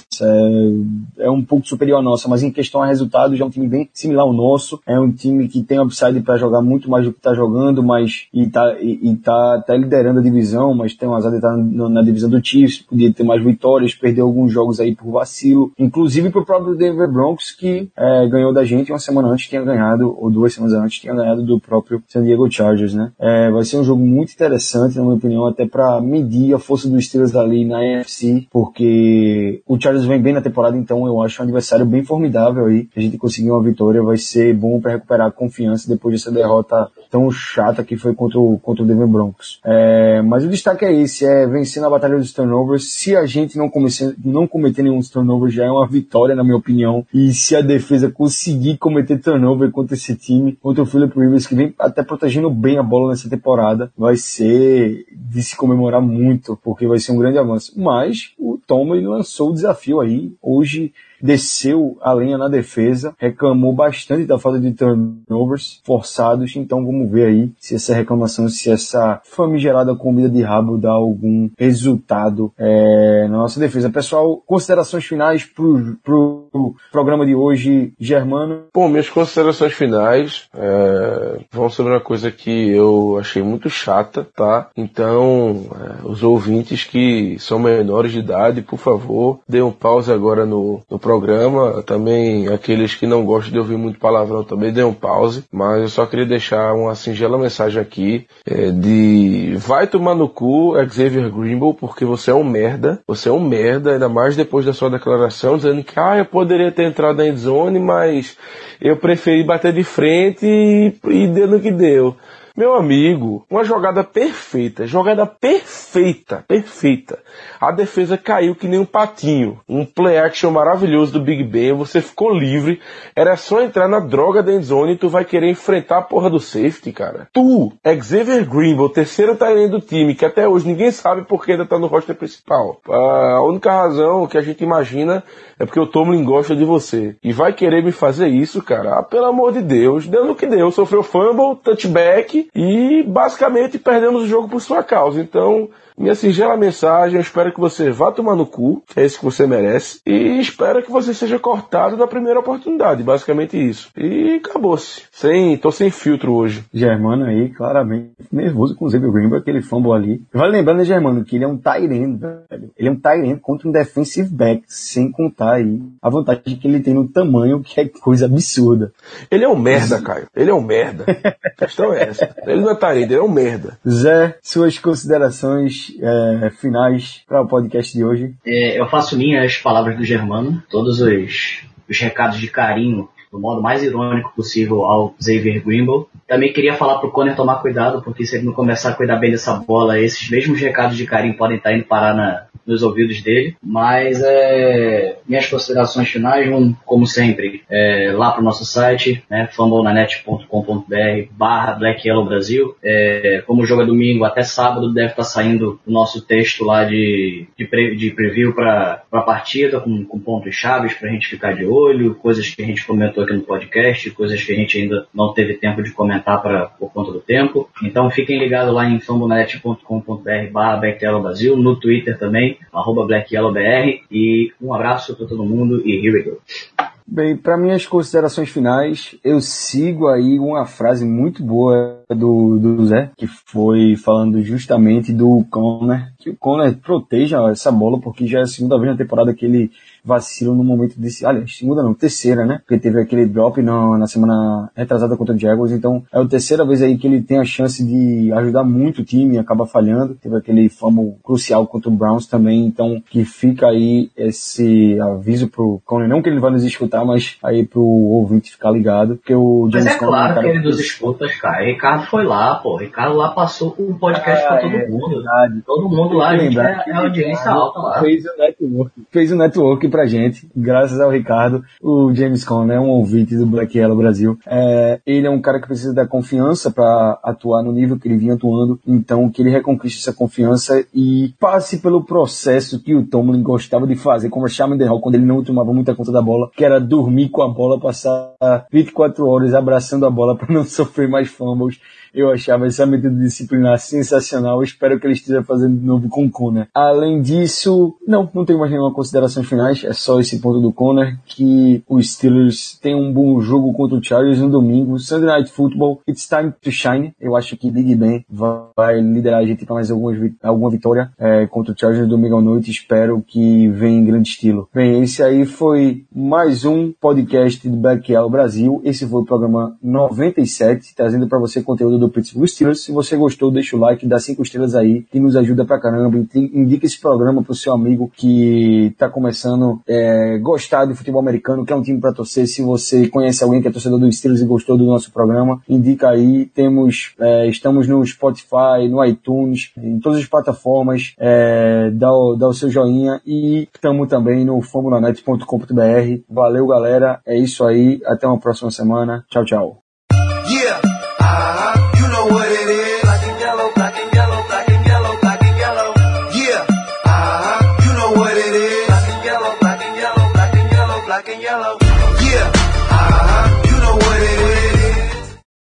[SPEAKER 2] é, é um pouco superior à nossa, mas em questão a resultados, é um time bem similar ao nosso, é um time que tem upside para jogar muito mais do que tá jogando, mas e tá, e, e tá, tá liderando a divisão, mas tem um azar de estar na, na divisão do Chiefs, podia ter mais vitórias, perdeu alguns jogos aí por vacilo, inclusive pro próprio Denver Broncos, que é, ganhou da gente uma semana antes, tinha ganhado, ou duas semanas antes, tinha ganhado do próprio San Diego Chargers, né? É, vai ser um jogo muito interessante, na minha opinião, até para medir a força dos Steelers ali na N F C, porque o Chargers vem bem na temporada, então eu acho um adversário bem formidável aí. Se a gente conseguir uma vitória, vai ser bom para recuperar a confiança depois dessa derrota tão chata que foi contra o, contra o Denver Broncos. É, mas o destaque é esse, é vencer na batalha dos turnovers. Se a gente não, comece, não cometer nenhum turnover, já é uma vitória, na minha opinião. E se a defesa conseguir cometer turnover contra esse time, contra o Philip Rivers, que vem até protegendo bem a bola nessa temporada, vai ser de se comemorar muito, porque vai ser um grande avanço. Mas o Tom, ele lançou o desafio aí, hoje desceu a linha na defesa, reclamou bastante da falta de turnovers forçados, então vamos ver aí se essa reclamação, se essa famigerada comida de rabo dá algum resultado é, na nossa defesa. Pessoal, considerações finais pro, pro programa de hoje, Germano?
[SPEAKER 4] Bom, minhas considerações finais é, vão sobre uma coisa que eu achei muito chata, tá? Então, é, os ouvintes que são menores de idade, por favor, dêem um pause agora no, no programa. Também aqueles que não gostam de ouvir muito palavrão também dêem um pause, mas eu só queria deixar uma singela mensagem aqui é, de vai tomar no cu Xavier Grimble, porque você é um merda, você é um merda, ainda mais depois da sua declaração dizendo que ah, eu poderia ter entrado na endzone, mas eu preferi bater de frente e, e deu no que deu. Meu amigo, uma jogada perfeita, jogada perfeita, perfeita. A defesa caiu que nem um patinho. Um play action maravilhoso do Big Ben, você ficou livre. Era só entrar na droga da endzone e tu vai querer enfrentar a porra do safety, cara. Tu, Xavier Greenville, terceiro tight end do time, que até hoje ninguém sabe por que ainda tá no roster principal. A única razão que a gente imagina é porque o Tomlin gosta de você. E vai querer me fazer isso, cara? Ah, pelo amor de Deus. Deu no que deu. Sofreu fumble, touchback e basicamente perdemos o jogo por sua causa. Então, minha singela mensagem, eu espero que você vá tomar no cu, é isso que você merece, e espero que você seja cortado na primeira oportunidade, basicamente isso. E acabou-se. Sem, tô sem filtro hoje.
[SPEAKER 2] Germano aí, claramente, nervoso com o Xavier Greenville, aquele fumble ali. Vale lembrando, né, Germano, que ele é um tight end, velho. Ele é um tight end contra um defensive back, sem contar aí a vantagem que ele tem no tamanho, que é coisa absurda.
[SPEAKER 4] Ele é um merda, Caio. Ele é um merda. A questão é essa. Ele não é tight end, ele é um merda.
[SPEAKER 2] Zé, suas considerações É, finais para o podcast de hoje.
[SPEAKER 3] É, eu faço minhas as palavras do Germano, todos os, os recados de carinho, do modo mais irônico possível ao Xavier Greenville. Também queria falar pro Conner tomar cuidado, porque se ele não começar a cuidar bem dessa bola, esses mesmos recados de carinho podem estar indo parar na, nos ouvidos dele. Mas é, minhas considerações finais vão, como sempre, é, lá pro nosso site, né, fumblenanet ponto com ponto b r barra Black Yellow Brasil. É, como o jogo é domingo, até sábado deve estar saindo o nosso texto lá de, de, pre, de preview para a partida, com, com pontos chaves pra gente ficar de olho, coisas que a gente comentou aqui no podcast, coisas que a gente ainda não teve tempo de comentar pra, por conta do tempo. Então fiquem ligados lá em fumblenanet ponto com ponto b r barra Black Yellow Brasil, no Twitter também, arroba Black Yellow B R, e um abraço para todo mundo e here we go.
[SPEAKER 2] Bem, para minhas considerações finais, eu sigo aí uma frase muito boa do, do Zé, que foi falando justamente do Conner, que o Conner proteja essa bola, porque já é a segunda vez na temporada que ele vacila no momento desse, aliás, segunda não, terceira, né, porque teve aquele drop na, na semana retrasada contra o Jaguars, então é a terceira vez aí que ele tem a chance de ajudar muito o time e acaba falhando. Teve aquele fumble crucial contra o Browns também, então que fica aí esse aviso pro Conner, não que ele vai nos escutar, mas aí pro ouvinte ficar ligado, porque o
[SPEAKER 3] James
[SPEAKER 2] James
[SPEAKER 3] Conner... Mas é claro que ele nos escuta, cara. O Ricardo foi lá, pô. O Ricardo lá passou o podcast ah, pra todo é, mundo. É todo mundo lá, a gente é, é audiência alta lá.
[SPEAKER 2] Fez o network, fez o network pra gente, graças ao Ricardo. O James Conner é um ouvinte do Black Yellow Brasil. É, ele é um cara que precisa da confiança pra atuar no nível que ele vinha atuando, então que ele reconquiste essa confiança e passe pelo processo que o Tomlin gostava de fazer, como a Charmin The Hall, quando ele não tomava muita conta da bola, que era dormir com a bola, passar vinte e quatro horas abraçando a bola para não sofrer mais fumbles. Eu achava essa medida disciplinar sensacional. Eu espero que ele esteja fazendo de novo com o Conner. Além disso, não, não tenho mais nenhuma consideração finais. É só esse ponto do Conner, que os Steelers têm um bom jogo contra o Chargers no domingo. Sunday Night Football, it's time to shine. Eu acho que Big Ben vai liderar a gente para mais algumas, alguma vitória é, contra o Chargers no domingo à noite. Espero que venha em grande estilo. Bem, esse aí foi mais um podcast do Black Yellow Brasil. Esse foi o programa noventa e sete, trazendo para você conteúdo do Pittsburgh Steelers. Se você gostou, deixa o like, dá cinco estrelas aí, que nos ajuda pra caramba. Indica esse programa pro seu amigo que tá começando a é, gostar de futebol americano, que é um time pra torcer. Se você conhece alguém que é torcedor dos Steelers e gostou do nosso programa, indica aí. Temos, é, estamos no Spotify, no iTunes, em todas as plataformas. É, dá, o, dá o seu joinha e estamos também no fumblenanet ponto com ponto b r. Valeu, galera. É isso aí. Até uma próxima semana. Tchau, tchau.
[SPEAKER 5] Yeah. Uh-huh. You know what it is. Black and yellow, black and